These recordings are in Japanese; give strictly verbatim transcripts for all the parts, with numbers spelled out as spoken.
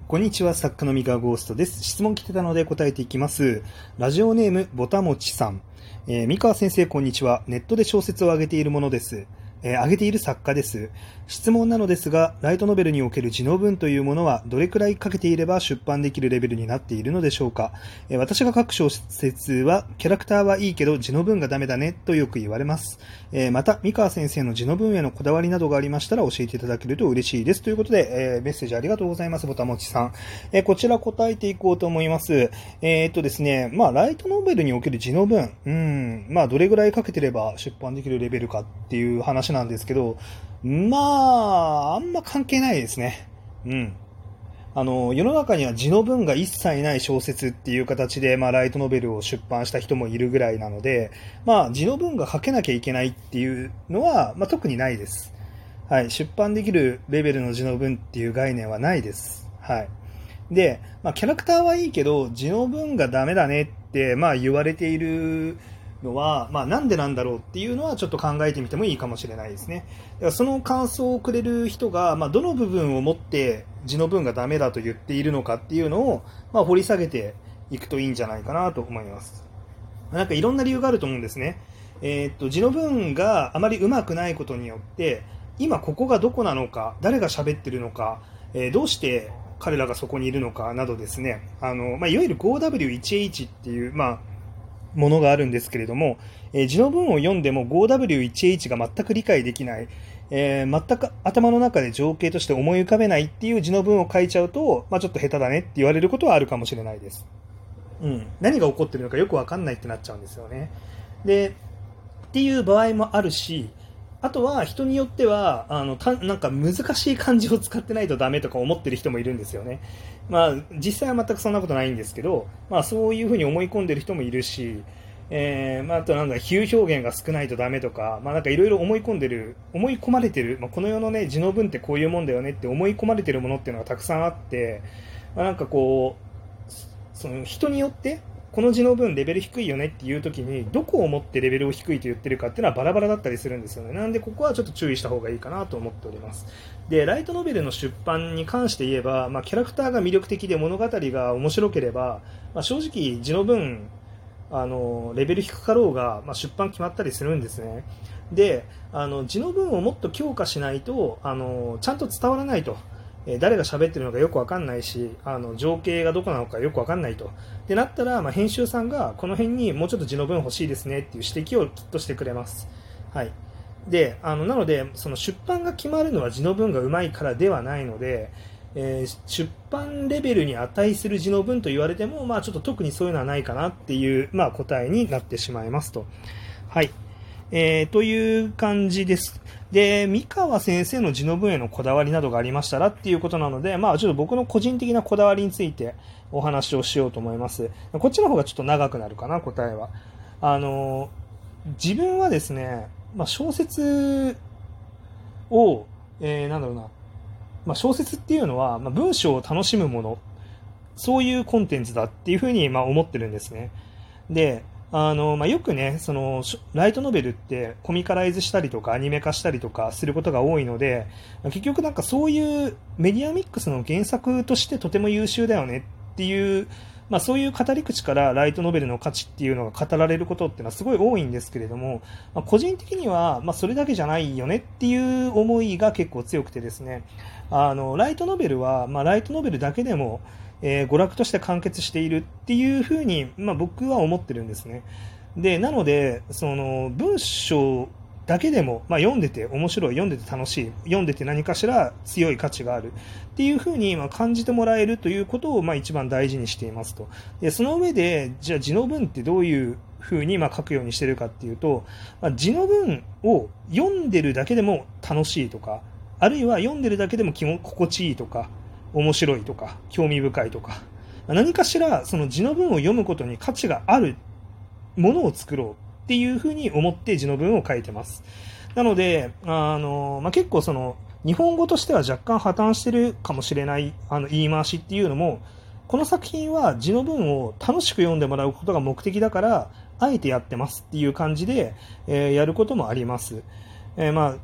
こんにちは、作家の三河ゴーストです。質問来てたので答えていきます。ラジオネーム、ぼたもちさん。えー、三河先生、こんにちは。ネットで小説を上げているものです。えー、上げている作家です。質問なのですが、ライトノベルにおける字の文というものは、どれくらい書けていれば出版できるレベルになっているのでしょうか。えー、私が書く小説は、キャラクターはいいけど、字の文がダメだね、とよく言われます。えー、また、三河先生の字の文へのこだわりなどがありましたら、教えていただけると嬉しいです。ということで、えー、メッセージありがとうございます、ぼたもちさん。えー、こちら答えていこうと思います。えー、っとですね、まあ、ライトノベルにおける字の文、うん、まあ、どれぐらい書けてれば出版できるレベルかっていう話なんですけど、まあ、あんま関係ないですね。うん。あの、世の中には字の文が一切ない小説っていう形で、まあ、ライトノベルを出版した人もいるぐらいなので、まあ、字の文が書けなきゃいけないっていうのは、まあ、特にないです。はい。出版できるレベルの字の文っていう概念はないです。はい。で、まあ、キャラクターはいいけど、字の文がダメだねって、まあ、言われているのは、まあ、なんでなんだろうっていうのはちょっと考えてみてもいいかもしれないですね。だからその感想をくれる人が、まあ、どの部分をもって字の文がダメだと言っているのかっていうのを、まあ、掘り下げていくといいんじゃないかなと思います。なんかいろんな理由があると思うんですね。えーっと、字の文があまり上手くないことによって、今ここがどこなのか、誰が喋ってるのか、えーどうして彼らがそこにいるのかなどですね、あの、まあ、いわゆる ごダブリューいちエイチ っていう、まあ、ものがあるんですけれども、えー字の文を読んでも ごダブリューいちエイチ が全く理解できない、えー全く頭の中で情景として思い浮かべないっていう字の文を書いちゃうと、まあ、ちょっと下手だねって言われることはあるかもしれないです。うん、何が起こってるのかよく分かんないってなっちゃうんですよね。で、っていう場合もあるし、あとは人によってはあのたなんか難しい漢字を使ってないとダメとか思ってる人もいるんですよね。まあ実際は全くそんなことないんですけど、まあそういうふうに思い込んでる人もいるし、えーまあ、あとなんだ比喩表現が少ないとダメとか、まあなんかいろいろ思い込んでる、思い込まれてる、まあ、この世のね字の文ってこういうもんだよねって思い込まれてるものっていうのがたくさんあって、まあ、なんかこうその人によってこの字の文レベル低いよねっていう時にどこをもってレベルを低いと言ってるかっていうのはバラバラだったりするんですよね。なんでここはちょっと注意した方がいいかなと思っております。でライトノベルの出版に関して言えば、まあ、キャラクターが魅力的で物語が面白ければ、まあ、正直字の文あのレベル低かろうが、まあ、出版決まったりするんですね。であの字の文をもっと強化しないとあのちゃんと伝わらないと、えー誰が喋ってるのかよくわかんないし、あの情景がどこなのかよくわかんないとでなったら、まあ、編集さんがこの辺にもうちょっと字の文欲しいですねっていう指摘をきっとしてくれます。はい。であのなのでその出版が決まるのは字の文がうまいからではないので、えー出版レベルに値する字の文と言われても、まあ、ちょっと特にそういうのはないかなっていう、まあ、答えになってしまいますと。はい。えーという感じです。で、三河先生の字の文へのこだわりなどがありましたらっていうことなので、まあ、ちょっと僕の個人的なこだわりについてお話をしようと思います。こっちの方がちょっと長くなるかな、答えは。あの、自分はですね、まあ、小説を、えーなんだろうな、まあ、小説っていうのは、まあ、文章を楽しむもの、そういうコンテンツだっていうふうにまあ思ってるんですね。で、あのまあ、よくね、そのライトノベルってコミカライズしたりとかアニメ化したりとかすることが多いので、結局なんかそういうメディアミックスの原作としてとても優秀だよねっていう、まあ、そういう語り口からライトノベルの価値っていうのが語られることっていうのはすごい多いんですけれども、まあ、個人的にはまあそれだけじゃないよねっていう思いが結構強くてですね、あのライトノベルは、まあ、ライトノベルだけでもえー娯楽として完結しているっていうふうに、まあ、僕は思ってるんですね。でなのでその文章だけでも、まあ、読んでて面白い、読んでて楽しい、読んでて何かしら強い価値があるっていうふうに、まあ、感じてもらえるということを、まあ、一番大事にしていますと。でその上でじゃあ字の文ってどういうふうにまあ書くようにしてるかっていうと、まあ、字の文を読んでるだけでも楽しいとか、あるいは読んでるだけでも気も心地いいとか面白いとか興味深いとか、何かしらその字の文を読むことに価値があるものを作ろうっていうふうに思って字の文を書いてます。なのであの、まあ、結構その日本語としては若干破綻してるかもしれないあの言い回しっていうのも、この作品は字の文を楽しく読んでもらうことが目的だからあえてやってますっていう感じで、えーやることもあります。えーまあ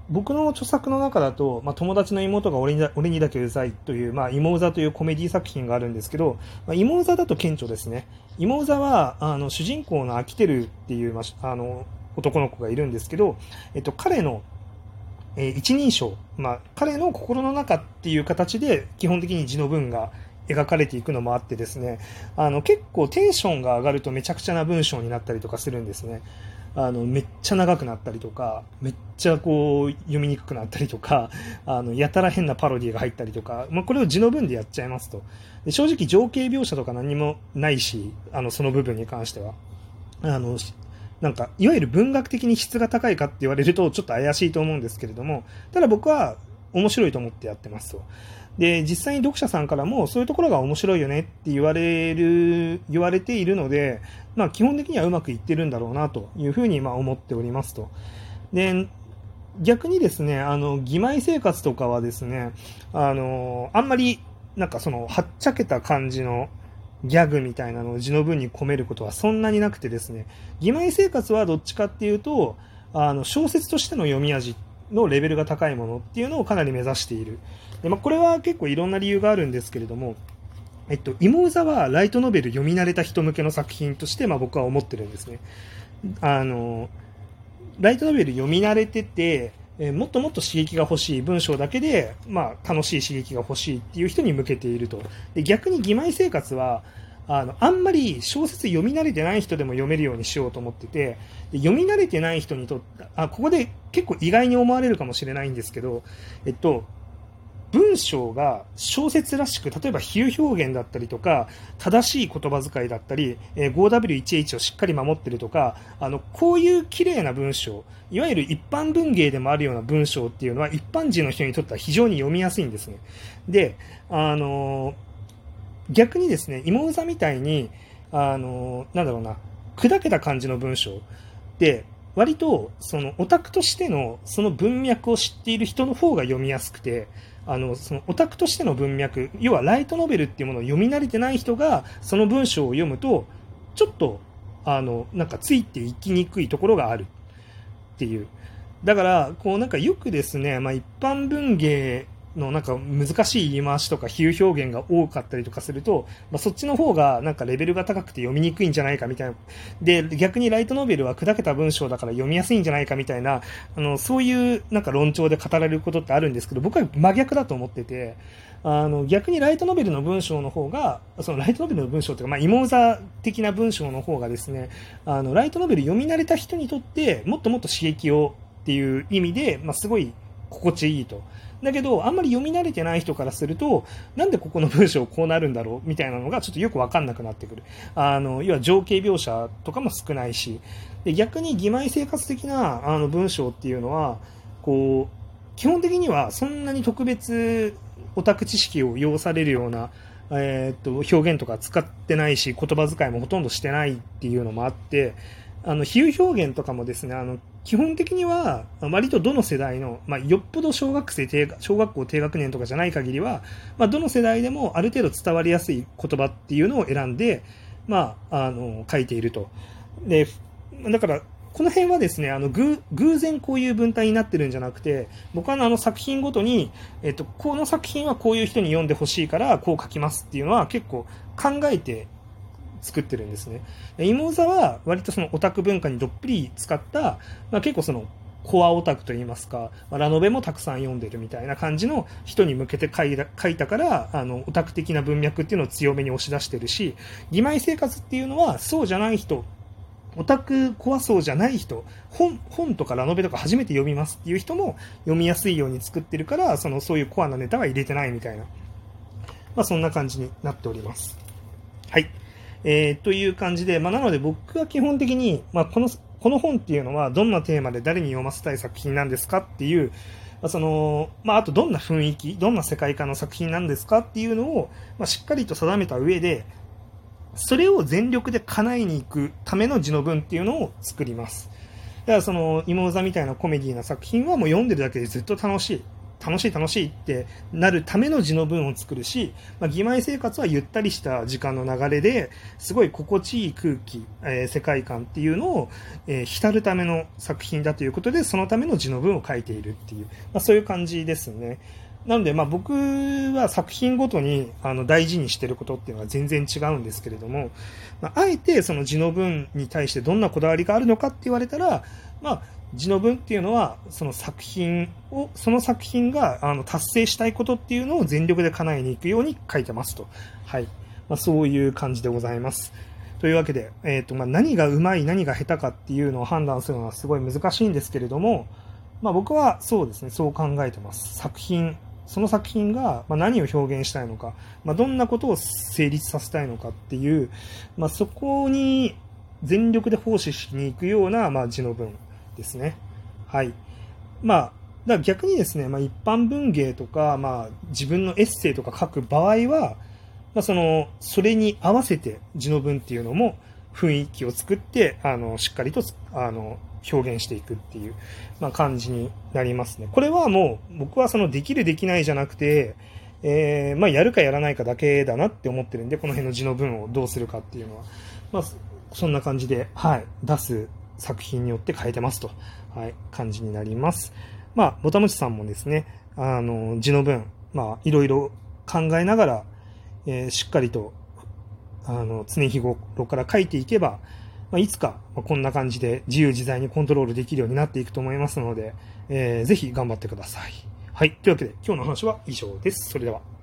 僕の著作の中だと、まあ、友達の妹が俺にだ俺にだけうざいという、まあ、芋うざというコメディ作品があるんですけど、まあ、芋うざだと顕著ですね。芋うざはあの主人公の飽きてるっていう、まあ、あの男の子がいるんですけど、えっと、彼の、えー一人称、まあ、彼の心の中っていう形で基本的に字の文が描かれていくのもあってですね、あの結構テンションが上がるとめちゃくちゃな文章になったりとかするんですね。あのめっちゃ長くなったりとか、めっちゃこう読みにくくなったりとか、あのやたら変なパロディが入ったりとか、まあ、これを字の文でやっちゃいますと。で正直情景描写とか何もないし、あのその部分に関してはあのなんかいわゆる文学的に質が高いかって言われるとちょっと怪しいと思うんですけれども、ただ僕は面白いと思ってやってますと。で実際に読者さんからもそういうところが面白いよねって言われる言われているので、まあ、基本的にはうまくいってるんだろうなというふうにまあ思っておりますと。で逆にですね、あの義妹生活とかはですね、あのあんまりなんかそのはっちゃけた感じのギャグみたいなのを字の文に込めることはそんなになくてですね、義妹生活はどっちかっていうと、あの小説としての読み味のレベルが高いものっていうのをかなり目指している。で、まあ、これは結構いろんな理由があるんですけれども、えっと、芋うざはライトノベル読み慣れた人向けの作品として、まあ、僕は思ってるんですね。あのライトノベル読み慣れてて、えーもっともっと刺激が欲しい文章だけで、まあ、楽しい刺激が欲しいっていう人に向けていると。で逆に義妹生活はあのあんまり小説読み慣れてない人でも読めるようにしようと思ってて、で読み慣れてない人にとってあここで結構意外に思われるかもしれないんですけど、えっと文章が小説らしく、例えば比喩表現だったりとか正しい言葉遣いだったり、えー ファイブダブリューワンエイチ をしっかり守ってるとか、あのこういう綺麗な文章、いわゆる一般文芸でもあるような文章っていうのは一般人の人にとっては非常に読みやすいんですね。で、あのー逆にですね、芋うざみたいに、あのーなんだろうな、砕けた感じの文章で割とそのオタクとしてのその文脈を知っている人の方が読みやすくて、あのそのオタクとしての文脈、要はライトノベルっていうものを読み慣れてない人がその文章を読むとちょっとあのなんかついていきにくいところがあるっていう。だからこうなんかよくですね、まあ、一般文芸のなんか難しい言い回しとか比喩表現が多かったりとかすると、まあ、そっちの方がなんかレベルが高くて読みにくいんじゃないかみたいな。で、逆にライトノベルは砕けた文章だから読みやすいんじゃないかみたいな、あの、そういうなんか論調で語られることってあるんですけど、僕は真逆だと思ってて、あの、逆にライトノベルの文章の方が、そのライトノベルの文章というか、まあ、芋うざ的な文章の方がですね、あの、ライトノベル読み慣れた人にとって、もっともっと刺激をっていう意味で、まあ、すごい心地いいと。だけどあんまり読み慣れてない人からすると、なんでここの文章こうなるんだろうみたいなのがちょっとよく分かんなくなってくる。あの要は情景描写とかも少ないし、で逆に義妹生活的なあの文章っていうのはこう基本的にはそんなに特別オタク知識を要されるような、えー、っと表現とか使ってないし、言葉遣いもほとんどしてないっていうのもあって、あの比喩表現とかもですね、あの基本的には割とどの世代の、まあ、よっぽど小学生低小学校低学年とかじゃない限りは、まあ、どの世代でもある程度伝わりやすい言葉っていうのを選んで、まあ、あの書いていると。でだからこの辺はですね、あの 偶, 偶然こういう文体になってるんじゃなくて、僕はあの作品ごとに、えっと、この作品はこういう人に読んでほしいからこう書きますっていうのは結構考えて作ってるんですね。芋うざは割とそのオタク文化にどっぷり使った、まあ、結構そのコアオタクといいますか、ラノベもたくさん読んでるみたいな感じの人に向けて書いた、書いたからあのオタク的な文脈っていうのを強めに押し出してるし、義妹生活っていうのはそうじゃない人、オタクコア層じゃない人、 本, 本とかラノベとか初めて読みますっていう人も読みやすいように作ってるから、そのそういうコアなネタは入れてないみたいな、まあ、そんな感じになっております。はい、えー、という感じで、まあ、なので僕は基本的に、まあ、このこの本っていうのはどんなテーマで誰に読ませたい作品なんですかっていう、まあそのまあ、あとどんな雰囲気、どんな世界観の作品なんですかっていうのを、まあ、しっかりと定めた上で、それを全力で叶えに行くための字の文っていうのを作ります。だからその芋うざみたいなコメディな作品はもう読んでるだけでずっと楽しい。 楽しい楽しいってなるための字の文を作るし、まあ、義妹生活はゆったりした時間の流れですごい心地いい空気、えー、世界観っていうのを、えー、浸るための作品だということで、そのための字の文を書いているっていう、まあ、そういう感じですね。なので、まあ、僕は作品ごとにあの大事にしていることっていうのは全然違うんですけれども、まあ、あえてその字の文に対してどんなこだわりがあるのかって言われたら、まあ、字の文っていうのはその作品を、その作品があの達成したいことっていうのを全力で叶えに行くように書いてますと。はい。まあ、そういう感じでございます。というわけで、えっと、まあ、何がうまい、何が下手かっていうのを判断するのはすごい難しいんですけれども、まあ、僕はそうですね、そう考えてます。作品、その作品が何を表現したいのか、まあ、どんなことを成立させたいのかっていう、まあ、そこに全力で奉仕しに行くような、まあ、字の文ですね。はい。まあ、だから逆にですね、まあ、一般文芸とか、まあ、自分のエッセイとか書く場合は、まあ、その、それに合わせて字の文っていうのも雰囲気を作って、あの、しっかりと、あの、表現していくっていう、まあ、感じになりますね。これはもう僕はそのできるできないじゃなくて、えー、まあやるかやらないかだけだなって思ってるんで、この辺の字の文をどうするかっていうのは、まあそんな感じで、はい、出す作品によって変えてますと、はい、感じになります。まあぼたもちさんもですね、あの字の文、まあいろいろ考えながら、えー、しっかりとあの常日頃から書いていけば、まあ、いつかこんな感じで自由自在にコントロールできるようになっていくと思いますので、えー、ぜひ頑張ってください。はい。というわけで今日の話は以上です。それでは。